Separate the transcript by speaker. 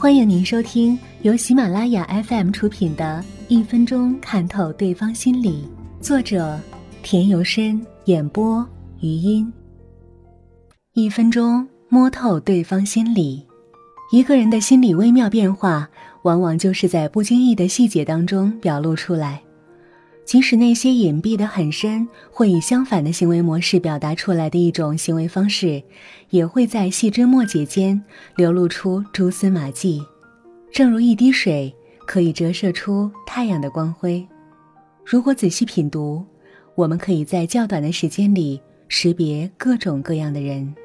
Speaker 1: 欢迎您收听由喜马拉雅 FM 出品的《1分钟看透对方心理》，作者田由深，演播余音。1分钟摸透对方心理。一个人的心理微妙变化，往往就是在不经意的细节当中表露出来。即使那些隐蔽得很深，会以相反的行为模式表达出来的一种行为方式，也会在细枝末节间流露出蛛丝马迹。正如一滴水可以折射出太阳的光辉。如果仔细品读，我们可以在较短的时间里识别各种各样的人。